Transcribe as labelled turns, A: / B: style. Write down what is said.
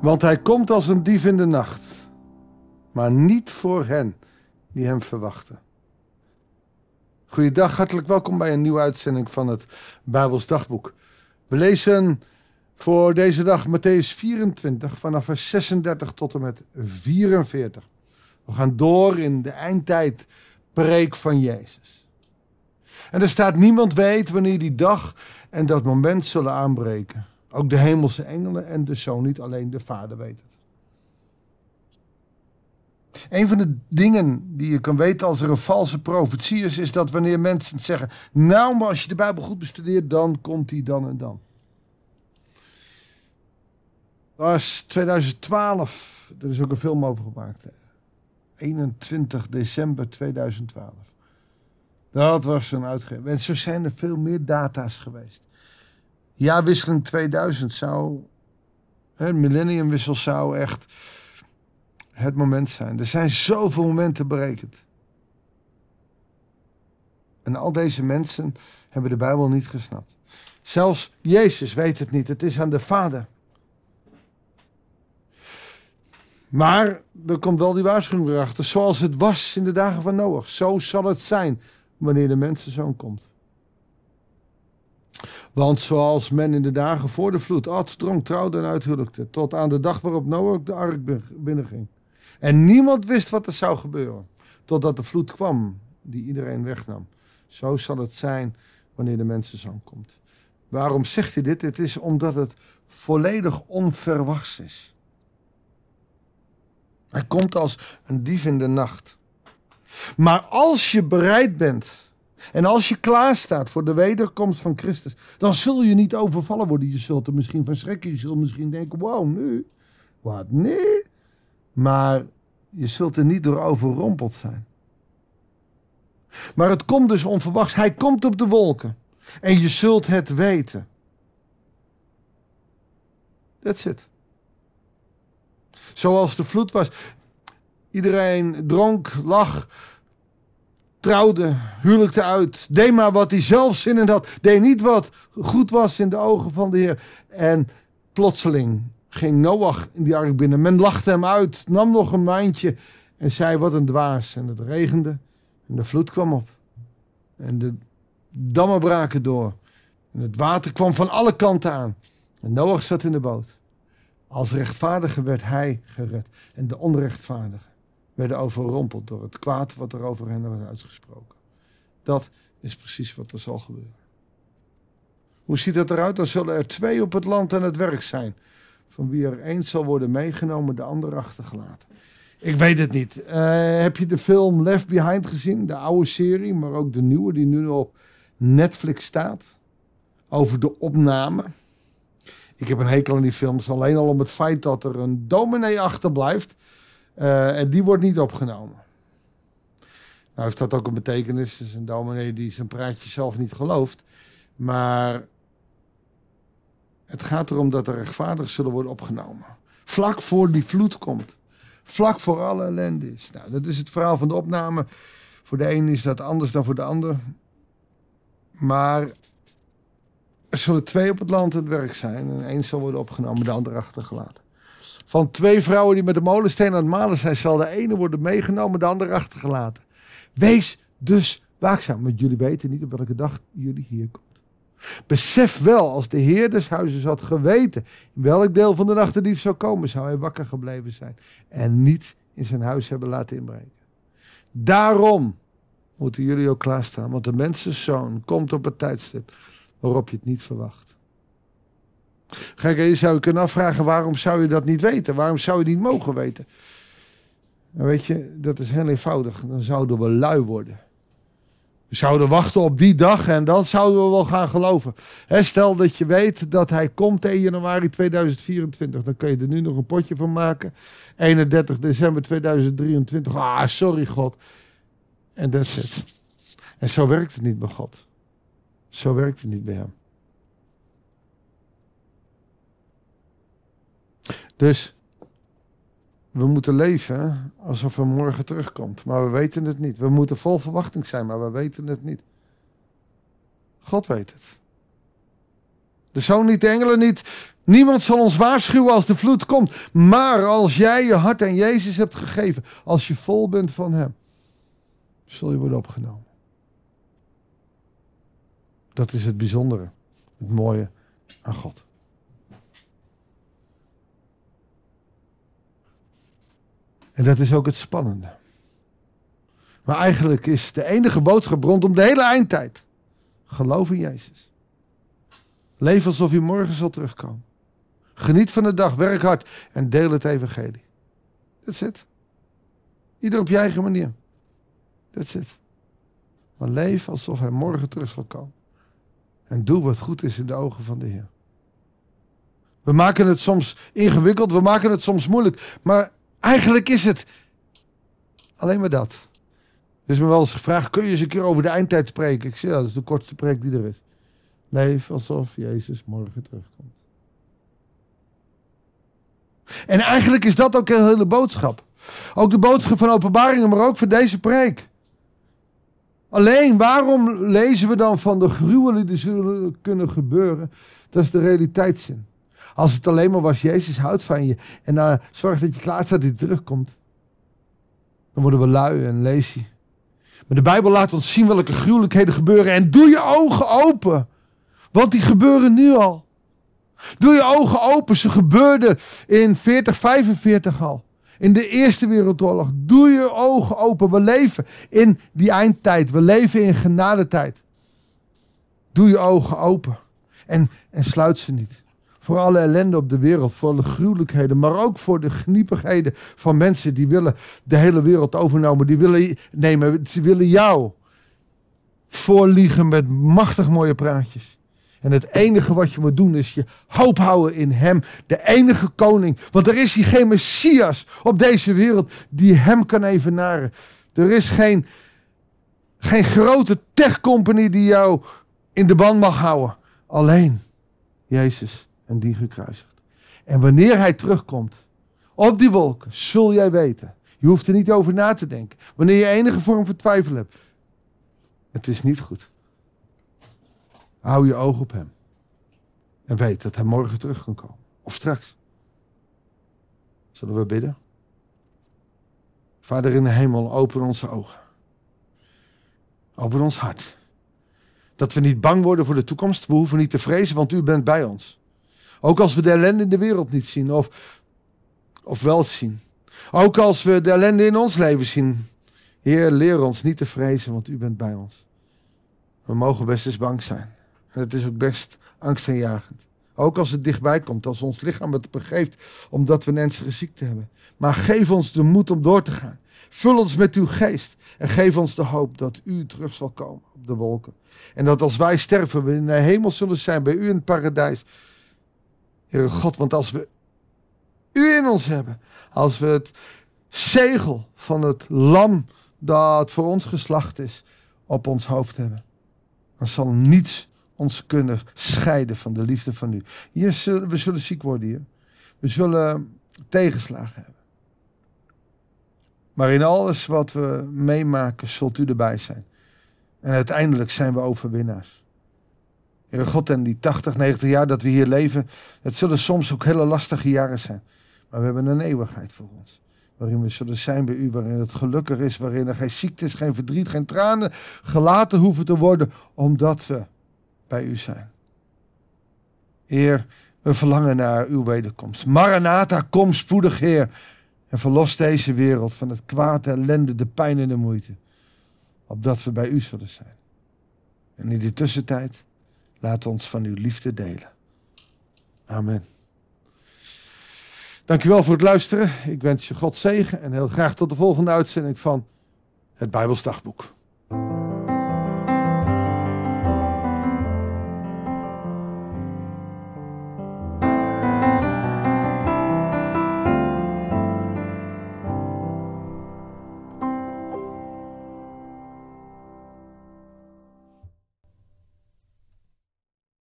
A: Want hij komt als een dief in de nacht. Maar niet voor hen die hem verwachten. Goeiedag, hartelijk welkom bij een nieuwe uitzending van het Bijbels Dagboek. We lezen voor deze dag Mattheüs 24 vanaf vers 36 tot en met 44. We gaan door in de eindtijd preek van Jezus. En er staat: niemand weet wanneer die dag en dat moment zullen aanbreken. Ook de hemelse engelen en de Zoon niet, alleen de Vader weet het. Een van de dingen die je kan weten als er een valse profetie is dat wanneer mensen zeggen: nou, maar als je de Bijbel goed bestudeert, dan komt die dan en dan. Dat was 2012, er is ook een film over gemaakt. 21 december 2012. Dat was een uitgeving. En zo zijn er veel meer data's geweest. Jaarwisseling 2000 zou, het millenniumwissel zou echt het moment zijn. Er zijn zoveel momenten berekend. En al deze mensen hebben de Bijbel niet gesnapt. Zelfs Jezus weet het niet. Het is aan de Vader. Maar er komt wel die waarschuwing erachter. Zoals het was in de dagen van Noach. Zo zal het zijn wanneer de mensenzoon komt. Want zoals men in de dagen voor de vloed at, dronk, trouwde en uithuwelijkte, tot aan de dag waarop Noach de ark binnenging. En niemand wist wat er zou gebeuren, totdat de vloed kwam, die iedereen wegnam. Zo zal het zijn wanneer de mensenzoon komt. Waarom zegt hij dit? Het is omdat het volledig onverwachts is. Hij komt als een dief in de nacht. Maar als je bereid bent en als je klaarstaat voor de wederkomst van Christus, dan zul je niet overvallen worden. Je zult er misschien van schrikken. Je zult misschien denken: wow, nu? Wat? Nee. Maar je zult er niet door overrompeld zijn. Maar het komt dus onverwachts. Hij komt op de wolken. En je zult het weten. That's it. Zoals de vloed was. Iedereen dronk, lag, trouwde, huwelijkte uit. Deed maar wat hij zelf zin in had. Deed niet wat goed was in de ogen van de Heer. En plotseling ging Noach in die ark binnen. Men lachte hem uit, nam nog een maandje en zei: wat een dwaas. En het regende en de vloed kwam op. En de dammen braken door. En het water kwam van alle kanten aan. En Noach zat in de boot. Als rechtvaardige werd hij gered. En de onrechtvaardigen werden overrompeld door het kwaad wat er over hen was uitgesproken. Dat is precies wat er zal gebeuren. Hoe ziet dat eruit? Dan zullen er 2 op het land aan het werk zijn. Van wie er 1 zal worden meegenomen, de ander achtergelaten. Ik weet het niet. Heb je de film Left Behind gezien? De oude serie, maar ook de nieuwe die nu op Netflix staat. Over de opname. Ik heb een hekel aan die films. Alleen al om het feit dat er een dominee achterblijft. En die wordt niet opgenomen. Nou heeft dat ook een betekenis. Het is een dominee die zijn praatje zelf niet gelooft. Maar het gaat erom dat de rechtvaardigen zullen worden opgenomen. Vlak voor die vloed komt. Vlak voor alle ellende is. Nou, dat is het verhaal van de opname. Voor de een is dat anders dan voor de ander. Maar er zullen 2 op het land aan het werk zijn. En 1 zal worden opgenomen, de ander achtergelaten. Van 2 vrouwen die met de molensteen aan het malen zijn, zal de ene worden meegenomen, de andere achtergelaten. Wees dus waakzaam, want jullie weten niet op welke dag jullie hier komt. Besef wel, als de Heer des huizes had geweten in welk deel van de nacht de dief zou komen, zou hij wakker gebleven zijn en niet in zijn huis hebben laten inbreken. Daarom moeten jullie ook klaarstaan, want de mensenzoon komt op het tijdstip waarop je het niet verwacht. Kijk, je zou je kunnen afvragen: waarom zou je dat niet weten? Waarom zou je het niet mogen weten? Nou, weet je, dat is heel eenvoudig. Dan zouden we lui worden. We zouden wachten op die dag en dan zouden we wel gaan geloven. Stel dat je weet dat hij komt 1 januari 2024. Dan kun je er nu nog een potje van maken. 31 december 2023. Sorry God. En that's it. En zo werkt het niet bij God. Zo werkt het niet bij hem. Dus we moeten leven alsof er morgen terugkomt. Maar we weten het niet. We moeten vol verwachting zijn, maar we weten het niet. God weet het. De Zoon niet, de engelen niet. Niemand zal ons waarschuwen als de vloed komt. Maar als jij je hart aan Jezus hebt gegeven, als je vol bent van Hem, zul je worden opgenomen. Dat is het bijzondere, het mooie aan God. En dat is ook het spannende. Maar eigenlijk is de enige boodschap rondom de hele eindtijd: geloof in Jezus. Leef alsof je morgen zal terugkomen. Geniet van de dag, werk hard en deel het evangelie. That's it. Ieder op je eigen manier. That's it. Maar leef alsof hij morgen terug zal komen. En doe wat goed is in de ogen van de Heer. We maken het soms ingewikkeld, we maken het soms moeilijk. Maar eigenlijk is het alleen maar dat. Er is me wel eens gevraagd, kun je eens een keer over de eindtijd spreken? Ik zeg, ja, dat is de kortste preek die er is. Leef alsof Jezus morgen terugkomt. En eigenlijk is dat ook een hele boodschap. Ook de boodschap van Openbaringen, maar ook van deze preek. Alleen, waarom lezen we dan van de gruwelen die zullen kunnen gebeuren? Dat is de realiteitszin. Als het alleen maar was, Jezus houdt van je en zorg dat je klaar staat dat hij terugkomt. Dan worden we lui en lazy. Maar de Bijbel laat ons zien welke gruwelijkheden gebeuren. En doe je ogen open. Want die gebeuren nu al. Doe je ogen open. Ze gebeurden in 40-45 al. In de Eerste Wereldoorlog. Doe je ogen open. We leven in die eindtijd. We leven in genadetijd. Doe je ogen open. En sluit ze niet. Voor alle ellende op de wereld. Voor alle gruwelijkheden. Maar ook voor de gniepigheden van mensen die willen de hele wereld overnemen. Die willen nemen. Ze willen jou voorliegen met machtig mooie praatjes. En het enige wat je moet doen is je hoop houden in Hem. De enige koning. Want er is hier geen Messias op deze wereld die Hem kan evenaren. Er is geen grote tech-company die jou in de band mag houden. Alleen Jezus en die gekruisigd. En wanneer Hij terugkomt op die wolken, zul jij weten. Je hoeft er niet over na te denken. Wanneer je enige vorm van twijfel hebt. Het is niet goed. Hou je oog op Hem. En weet dat Hij morgen terug kan komen. Of straks. Zullen we bidden? Vader in de hemel, open onze ogen. Open ons hart. Dat we niet bang worden voor de toekomst. We hoeven niet te vrezen, want U bent bij ons. Ook als we de ellende in de wereld niet zien. Of wel zien. Ook als we de ellende in ons leven zien. Heer, leer ons niet te vrezen, want U bent bij ons. We mogen best eens bang zijn. En het is ook best angstaanjagend. Ook als het dichtbij komt, als ons lichaam het begeeft, omdat we een ernstige ziekte hebben. Maar geef ons de moed om door te gaan. Vul ons met uw geest. En geef ons de hoop dat U terug zal komen op de wolken. En dat als wij sterven, we in de hemel zullen zijn, bij U in het paradijs. Heere God, want als we U in ons hebben, als we het zegel van het lam dat voor ons geslacht is, op ons hoofd hebben, dan zal niets ons kunnen scheiden van de liefde van U. We zullen ziek worden hier. We zullen tegenslagen hebben. Maar in alles wat we meemaken, zult U erbij zijn. En uiteindelijk zijn we overwinnaars. Heere God, en die 80, 90 jaar dat we hier leven, het zullen soms ook hele lastige jaren zijn. Maar we hebben een eeuwigheid voor ons. Waarin we zullen zijn bij U, waarin het gelukkig is, waarin er geen ziektes, geen verdriet, geen tranen gelaten hoeven te worden, omdat we bij U zijn. Heer, we verlangen naar Uw wederkomst. Maranatha, kom spoedig, Heer. En verlos deze wereld van het kwaad, de ellende, de pijn en de moeite. Opdat we bij U zullen zijn. En in die tussentijd, laat ons van Uw liefde delen. Amen. Dankjewel voor het luisteren. Ik wens je God zegen en heel graag tot de volgende uitzending van het Bijbels Dagboek.